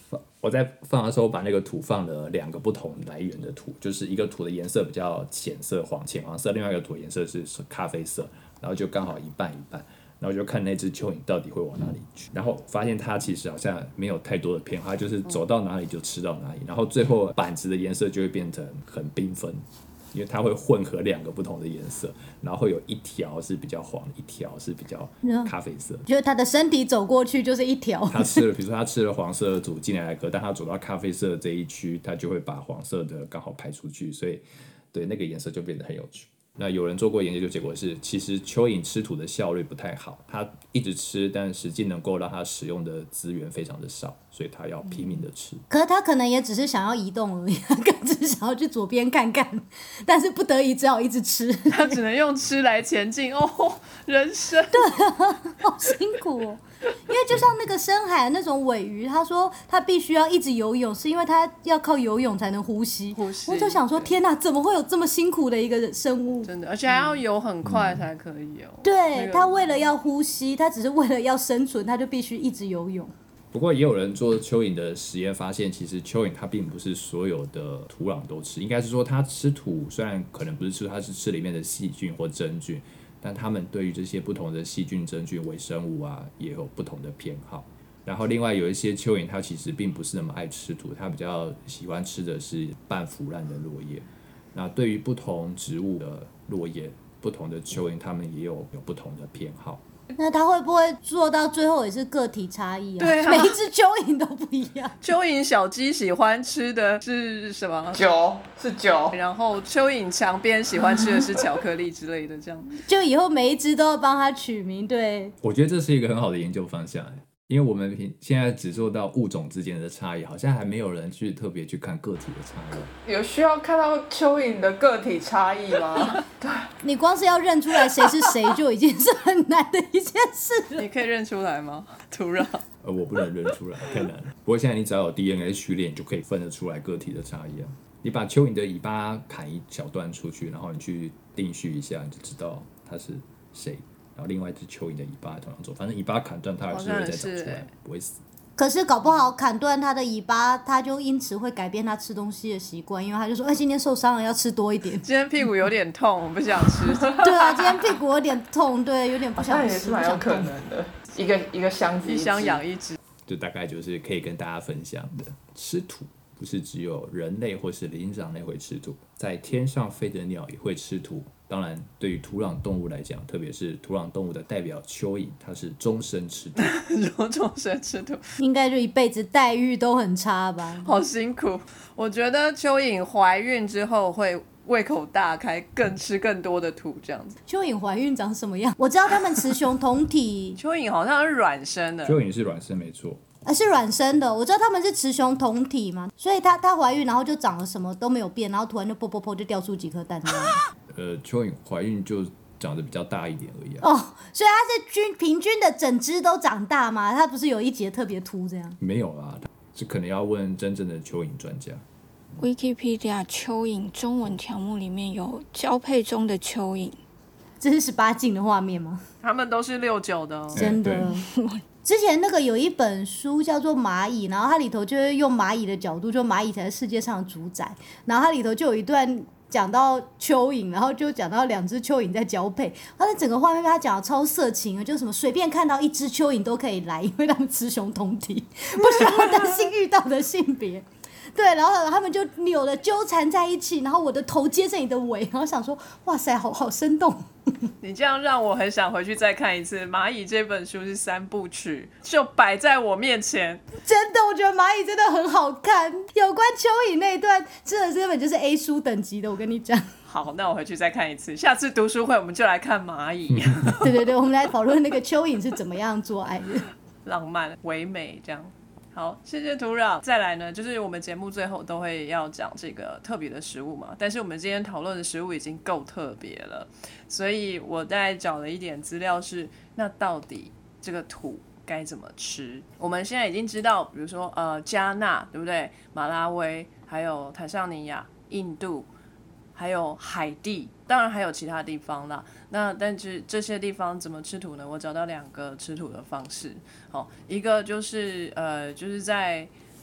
我在放的时候把那个土放了两个不同来源的土，就是一个土的颜色比较浅色黄浅黄色，另外一个土的颜色是咖啡色，然后就刚好一半一半，然后就看那只蚯蚓到底会往哪里去，然后发现它其实好像没有太多的偏好，它就是走到哪里就吃到哪里，然后最后板子的颜色就会变成很缤纷，因为它会混合两个不同的颜色，然后会有一条是比较黄，一条是比较咖啡色。 就是它的身体走过去就是一条。 它吃了，比如说它吃了黄色的土进来的壳，但它走到咖啡色的这一区，它就会把黄色的刚好排出去，所以对那个颜色就变得很有趣。那有人做过研究，结果是其实蚯蚓吃土的效率不太好，它一直吃，但实际能够让它使用的资源非常的少，所以它要拼命的吃。 可是它可能也只是想要移动而已，它只是想要去左边看看，但是不得已只好一直吃。 它只能用吃来前进哦，人生对啊，好辛苦哦。因为就像那个深海的那种尾鱼，他说他必须要一直游泳，是因为他要靠游泳才能呼吸。 呼吸我就想说，天哪，怎么会有这么辛苦的一个生物？ 真的，而且还要游很快才可以哦。 对， 那个他为了要呼吸，他只是为了要生存，他就必须一直游泳。 不过也有人做蚯蚓的实验，发现其实蚯蚓它并不是所有的土壤都吃，应该是说它吃土，虽然可能不是吃，它是吃里面的细菌或真菌。但他们对于这些不同的细菌、真菌、微生物啊，也有不同的偏好。然后另外有一些蚯蚓，它其实并不是那么爱吃土，它比较喜欢吃的是半腐烂的落叶。那对于不同植物的落叶，不同的蚯蚓，它们也有有不同的偏好。 那他会不会做到最后也是个体差异啊？ 对啊每一只蚯蚓都不一样。 蚯蚓小鸡喜欢吃的是什么？ 酒是酒， 然后蚯蚓墙边喜欢吃的是巧克力之类的，这样。 就以后每一只都要帮它取名，对。 我觉得这是一个很好的研究方向，因为我们现在只做到物种之间的差异，好像还没有人去特别去看个体的差异。 有需要看到蚯蚓的个体差异吗？对， 你光是要认出来谁是谁，就已经是很难的一件事了。 你可以认出来吗？土壤？ 呃，我不能认出来，太难了。不过现在你只要有 D N A 序列，你就可以分得出来个体的差异啊。你把蚯蚓的尾巴砍一小段出去，然后你去定序一下，你就知道它是谁。然后另外一只蚯蚓的尾巴同样做，反正尾巴砍断，它还是会再长出来，欸、不会死。 可是搞不好砍断它的尾巴，它就因此会改变它吃东西的习惯，因为它就说：“哎、欸，今天受伤了，要吃多一点。” 今天屁股有点痛，我不想吃。 对啊，今天屁股有点痛，对，有点不想吃。 那也是蛮有可能的，一个一个箱子， 一箱养一只。 就大概就是可以跟大家分享的，吃土不是只有人类或是灵长类会吃土，在天上飞的鸟也会吃土。当然，对于土壤动物来讲，特别是土壤动物的代表蚯蚓，它是终身吃土。 终身吃土， 应该就一辈子待遇都很差吧？ 好辛苦。我觉得蚯蚓怀孕之后会胃口大开，更吃更多的土这样子。 蚯蚓怀孕长什么样？我知道它们雌雄同体。 蚯蚓好像是卵生的。 蚯蚓是卵生没错。 呃，是卵生的，我知道他们是雌雄同体嘛，所以它它怀孕，然后就长了什么都没有变，然后突然就啵啵啵就掉出几颗蛋这样。 呃，蚯蚓怀孕就长得比较大一点而已啊。 哦，所以它是均平均的整只都长大吗？它不是有一节特别凸这样？ 没有啦，这可能要问真正的蚯蚓专家。 Wikipedia 蚯蚓中文条目里面有交配中的蚯蚓， 这是十八禁的画面吗？ 他们都是六九的、哦， 真的。之前那个有一本书叫做《蚂蚁》，然后它里头就是用蚂蚁的角度，就蚂蚁才是世界上的主宰。然后它里头就有一段讲到蚯蚓，然后就讲到两只蚯蚓在交配。它的整个画面被他讲的超色情的，就什么随便看到一只蚯蚓都可以来，因为他们雌雄同体，不需要担心遇到的性别。对，然后他们就扭了纠缠在一起，然后我的头接着你的尾，然后想说，哇塞，好好生动。 你这样让我很想回去再看一次。蚂蚁这本书是三部曲，就摆在我面前。 真的，我觉得蚂蚁真的很好看。有关蚯蚓那一段，真的是根本就是 A 书等级的，我跟你讲。 好，那我回去再看一次。下次读书会我们就来看蚂蚁。 对对对，我们来讨论那个蚯蚓是怎么样做爱的， 浪漫唯美这样。好，谢谢土壤。再来呢，就是我们节目最后都会要讲这个特别的食物嘛，但是我们今天讨论的食物已经够特别了，所以我大概找了一点资料是，那到底这个土该怎么吃？我们现在已经知道，比如说呃加纳，对不对？马拉维，还有坦桑尼亚、印度，还有海地，当然还有其他地方啦。那但是这些地方怎么吃土呢？我找到两个吃土的方式。好，一个就是呃，就是在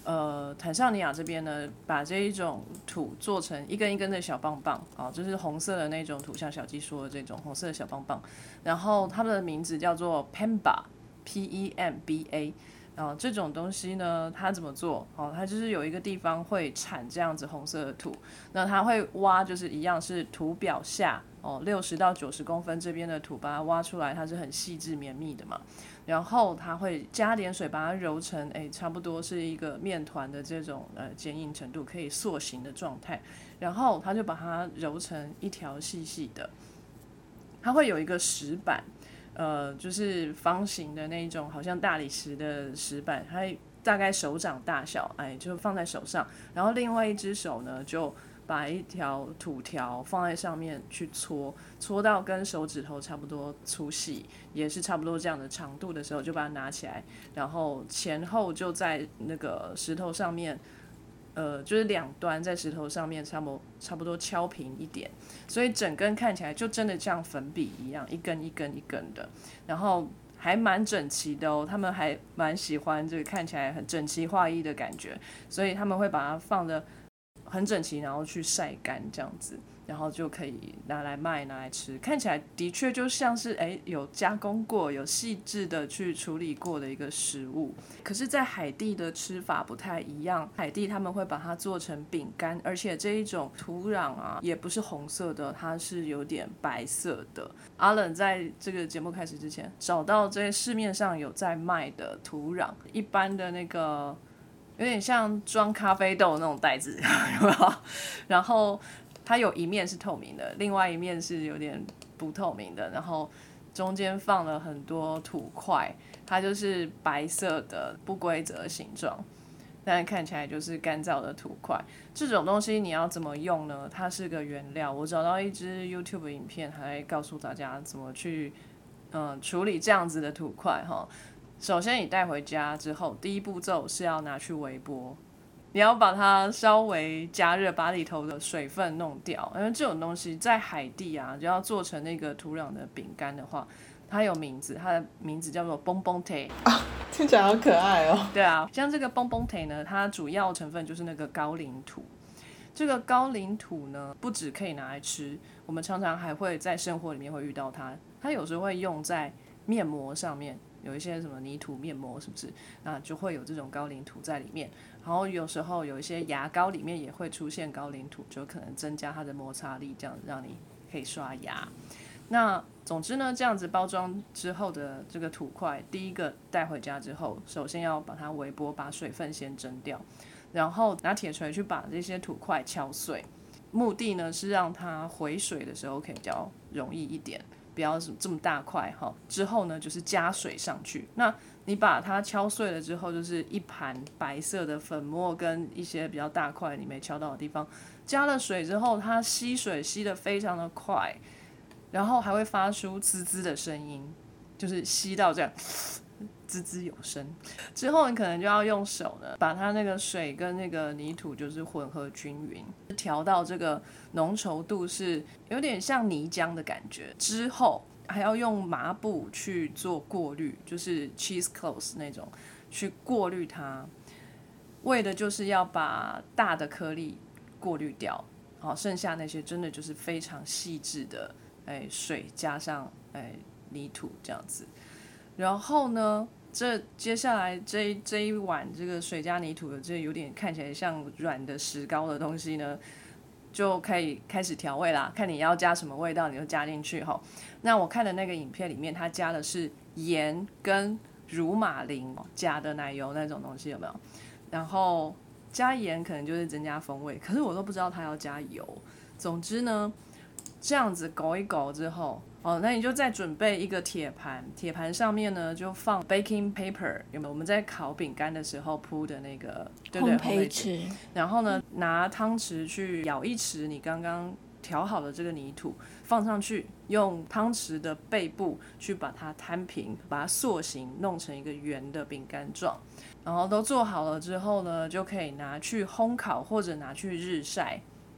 呃，坦桑尼亚这边呢，把这一种土做成一根一根的小棒棒，啊，就是红色的那种土，像小鸡说的这种红色的小棒棒。然后他们的名字叫做 Pemba，P E M B A。然后这种东西呢，它怎么做？哦，它就是有一个地方会产这样子红色的土，那它会挖，就是一样是土表下哦，六十到九十公分这边的土，把它挖出来，它是很细致绵密的嘛。然后它会加点水，把它揉成，哎，差不多是一个面团的这种呃坚硬程度，可以塑形的状态。然后它就把它揉成一条细细的，它会有一个石板。呃，就是方形的那种，好像大理石的石板，它大概手掌大小，哎，就放在手上，然后另外一只手呢，就把一条土条放在上面去搓，搓到跟手指头差不多粗细，也是差不多这样的长度的时候，就把它拿起来，然后前后就在那个石头上面。呃，就是两端在石头上面差不多差不多敲平一点，所以整根看起来就真的像粉笔一样，一根一根一根的，然后还蛮整齐的哦。他们还蛮喜欢这个看起来很整齐划一的感觉，所以他们会把它放得很整齐，然后去晒干这样子，然后就可以拿来卖拿来吃，看起来的确就像是哎有加工过有细致的去处理过的一个食物。可是在海地的吃法不太一样，海地他们会把它做成饼干，而且这一种土壤啊也不是红色的，它是有点白色的。阿冷在这个节目开始之前找到这些市面上有在卖的土壤，一般的那个有点像装咖啡豆那种袋子有没有？然后它有一面是透明的，另外一面是有点不透明的，然后中间放了很多土块，它就是白色的不规则形状，但看起来就是干燥的土块。这种东西你要怎么用呢？它是个原料，我找到一支 YouTube 影片，还告诉大家怎么去嗯处理这样子的土块哈。首先你带回家之后，第一步骤是要拿去微波，你要把它稍微加热，把里头的水分弄掉。因为这种东西在海地啊，就要做成那个土壤的饼干的话，它有名字，它的名字叫做蹦蹦腿啊，听起来好可爱哦。 对啊，像这个蹦蹦腿呢，它主要成分就是那个高岭土。这个高岭土呢，不只可以拿来吃，我们常常还会在生活里面会遇到它。它有时候会用在面膜上面。有一些什么泥土面膜是不是？那就会有这种高岭土在里面。然后有时候有一些牙膏里面也会出现高岭土，就可能增加它的摩擦力，这样让你可以刷牙。那总之呢，这样子包装之后的这个土块，第一个带回家之后，首先要把它微波，把水分先蒸掉，然后拿铁锤去把这些土块敲碎。目的呢是让它回水的时候可以比较容易一点。不要这么大块哈，之后呢就是加水上去。那你把它敲碎了之后，就是一盘白色的粉末跟一些比较大块你没敲到的地方，加了水之后，它吸水吸得非常的快，然后还会发出滋滋的声音，就是吸到这样滋滋有声。之后你可能就要用手呢，把它那个水跟那个泥土就是混合均匀，调到这个浓稠度是有点像泥浆的感觉。之后还要用麻布去做过滤，就是 cheesecloth 那种去过滤它，为的就是要把大的颗粒过滤掉，好，剩下那些真的就是非常细致的，哎，水加上哎泥土这样子。然后呢，这接下来这这一碗这个水加泥土的这有点看起来像软的石膏的东西呢，就可以开始调味啦。看你要加什么味道，你就加进去哈。那我看的那个影片里面，它加的是盐跟乳马林假的奶油那种东西，有没有？然后加盐可能就是增加风味，可是我都不知道它要加油。总之呢，这样子勾一勾之后。哦，那你就再准备一个铁盘，铁盘上面呢就放 baking paper， 有没有？我们在烤饼干的时候铺的那个，对对， 烘焙纸。 然后呢，拿汤匙去舀一匙你刚刚调好的这个泥土放上去，用汤匙的背部去把它摊平，把它塑形，弄成一个圆的饼干状。然后都做好了之后呢，就可以拿去烘烤或者拿去日晒。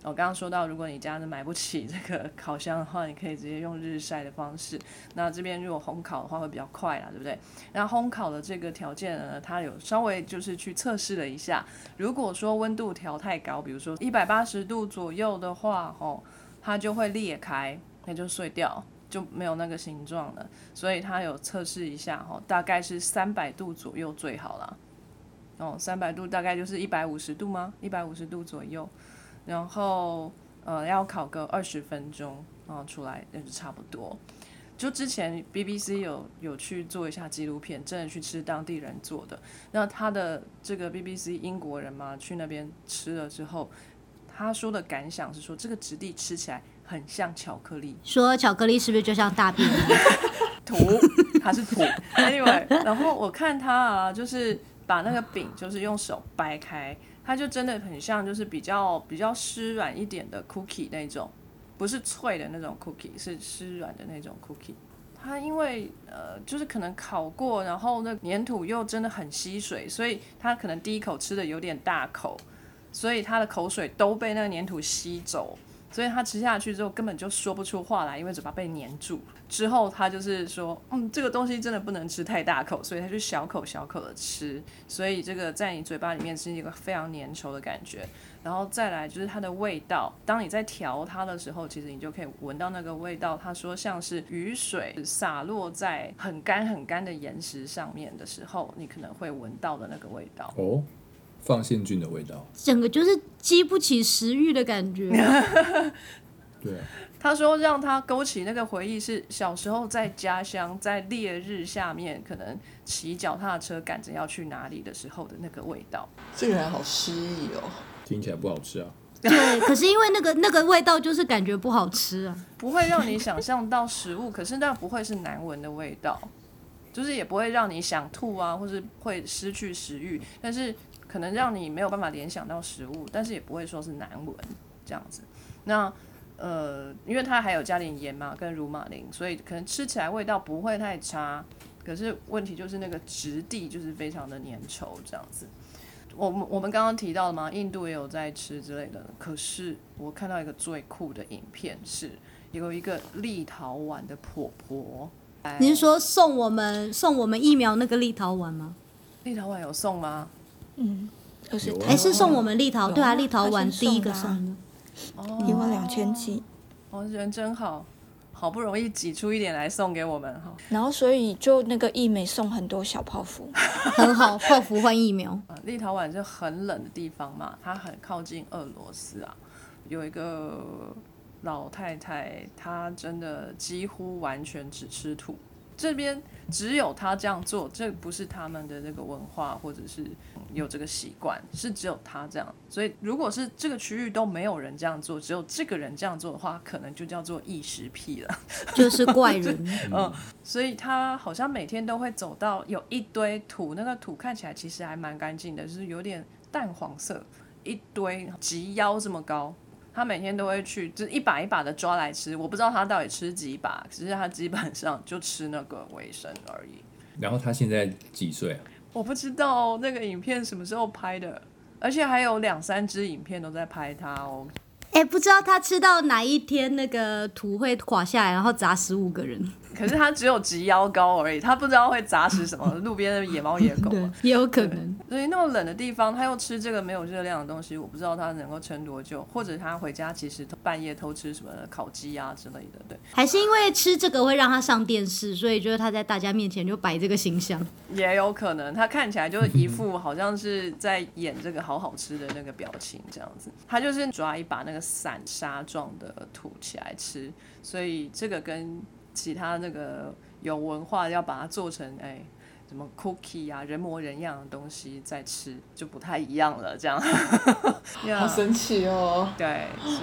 我刚刚说到，如果你家是买不起这个烤箱的话，你可以直接用日晒的方式。那这边如果烘烤的话会比较快啦，对不对？那烘烤的这个条件呢，它有稍微就是去测试了一下，如果说温度调太高，比如说一百八十度左右的话，哦，它就会裂开，那就碎掉，就没有那个形状了。所以它有测试一下，哦，大概是三百度左右最好啦。哦，三百度大概就是一百五十度吗？一百五十度左右。然后呃要烤个二十分钟，然后出来那就差不多。就之前 B B C 有有去做一下纪录片，真的去吃当地人做的。那他的这个 B B C 英国人嘛，去那边吃了之后，他说的感想是说，这个质地吃起来很像巧克力。 说巧克力是不是就像大便一样？ 土，它是土。Anyway， 然后我看他啊，就是把那个饼就是用手掰开。它就真的很像，就是比较比较湿软一点的 cookie 那种，不是脆的那种 cookie， 是湿软的那种 cookie。它因为呃，就是可能烤过，然后那粘土又真的很吸水，所以它可能第一口吃的有点大口，所以它的口水都被那个粘土吸走。所以他吃下去之后根本就说不出话来，因为嘴巴被粘住。之后他就是说，嗯，这个东西真的不能吃太大口，所以他就小口小口的吃。所以这个在你嘴巴里面是一个非常粘稠的感觉。然后再来就是它的味道，当你在调它的时候，其实你就可以闻到那个味道。他说像是雨水洒落在很干很干的岩石上面的时候，你可能会闻到的那个味道。 哦。放线菌的味道， 整个就是激不起食欲的感觉。 对啊， 他说让他勾起那个回忆是小时候在家乡在烈日下面可能骑脚踏车赶着要去哪里的时候的那个味道。 这个人好诗意哦， 听起来不好吃啊。 对，可是因为那个那个味道就是感觉不好吃啊， 不会让你想象到食物，可是那不会是难闻的味道，就是也不会让你想吐啊，或是会失去食欲，但是可能让你没有办法联想到食物，但是也不会说是难闻这样子。那呃，因为它还有加点盐嘛，跟乳马林，所以可能吃起来味道不会太差。可是问题就是那个质地就是非常的粘稠这样子。我们我们刚刚提到的嘛，印度也有在吃之类的。可是我看到一个最酷的影片是有一个立陶宛的婆婆。 你是说送我们送我们疫苗那个立陶宛吗？ 立陶宛有送吗？ 嗯，而是还是送我们立陶？对啊，立陶宛第一个送的， 一万两千剂。 哦，人真好，好不容易挤出一点来送给我们哈。 然后所以就那个义美送很多小泡芙， 很好，泡芙换疫苗。 立陶宛是很冷的地方嘛，它很靠近俄罗斯啊。有一个老太太，她真的几乎完全只吃土。这边只有他这样做，这不是他们的这个文化，或者是有这个习惯，是只有他这样。所以如果是这个区域都没有人这样做，只有这个人这样做的话，可能就叫做异食癖了， 就是怪人。 嗯，所以他好像每天都会走到有一堆土，那个土看起来其实还蛮干净的，就是有点淡黄色，一堆及腰这么高。他每天都会去，就是一把一把的抓来吃。我不知道他到底吃几把，只是他基本上就吃那个卫生而已。 然后他现在几岁啊？ 我不知道那个影片什么时候拍的，而且还有两三支影片都在拍他哦。 哎、欸，不知道他吃到哪一天那个土会垮下来，然后砸死五个人。 可是他只有及腰高而已，他不知道会砸死什么路边的野猫野狗、啊。 也有可能。 所以那么冷的地方，他又吃这个没有热量的东西，我不知道他能够撑多久。或者他回家其实半夜偷吃什么烤鸡啊之类的，对。 还是因为吃这个会让他上电视，所以就是他在大家面前就摆这个形象。 也有可能，他看起来就一副好像是在演这个好好吃的那个表情这样子。他就是抓一把那个散沙状的土起来吃，所以这个跟其他那个有文化要把它做成哎什么 cookie 啊人模人样的东西再吃就不太一样了，这样。 好神奇哦！ 对，是。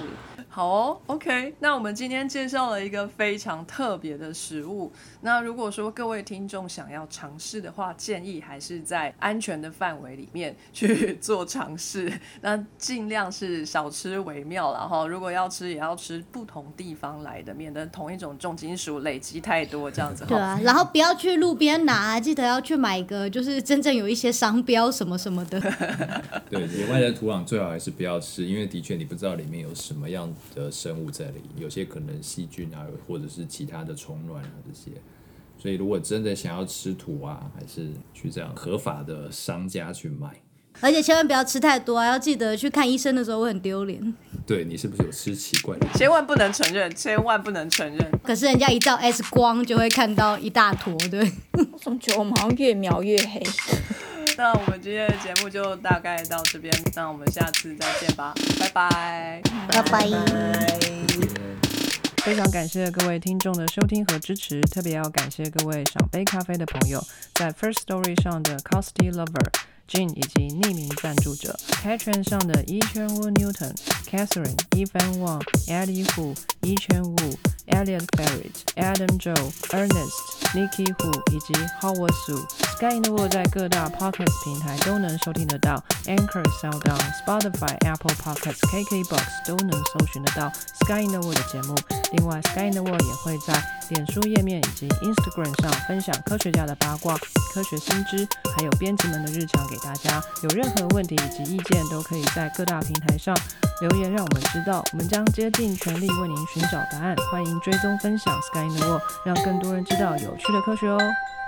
好哦 ，OK， 那我们今天介绍了一个非常特别的食物。那如果说各位听众想要尝试的话，建议还是在安全的范围里面去做尝试，那尽量是少吃为妙啦齁。如果要吃，也要吃不同地方来的，免得同一种重金属累积太多这样子。 对啊，然后不要去路边拿，记得要去买一个，就是真正有一些商标什么什么的。 对，野外的土壤最好还是不要吃，因为的确你不知道里面有什么样的生物在里，有些可能细菌啊，或者是其他的虫卵啊这些。所以如果真的想要吃土啊，还是去这样合法的商家去买。 而且千万不要吃太多啊，要记得去看医生的时候会很丢脸。 对，你是不是有吃奇怪的？ 千万不能承认，千万不能承认。 可是人家一照 X 光就会看到一大坨，对。 我怎么觉得我们好像越描越黑？ 那我们今天的节目就大概到这边，那我们下次再见吧，拜拜， 拜拜。 非常感谢各位听众的收听和支持，特别要感谢各位赏杯咖啡的朋友，在 First Story 上的 Costy Lover、Jin 以及匿名赞助者 Patreon 上的伊圈wu Newton、Catherine、Evan Wang、Eddie Hu、伊圈wu、Elliot Barrett、Adam Joe、Ernest、Nikki Hu 以及 Howard Su。Sky in the World 在各大 Podcast 平台都能收听得到 ，Anchor、SoundOn、Spotify、Apple Podcasts、K K Box 都能搜寻得到 Sky in the World 的节目。另外 ，Sky in the World 也会在脸书页面以及 Instagram 上分享科学家的八卦、科学新知，还有编辑们的日常给大家。有任何问题以及意见，都可以在各大平台上留言让我们知道，我们将竭尽全力为您寻找答案。欢迎追踪分享 Sky in the World， 让更多人知道有趣的科学哦。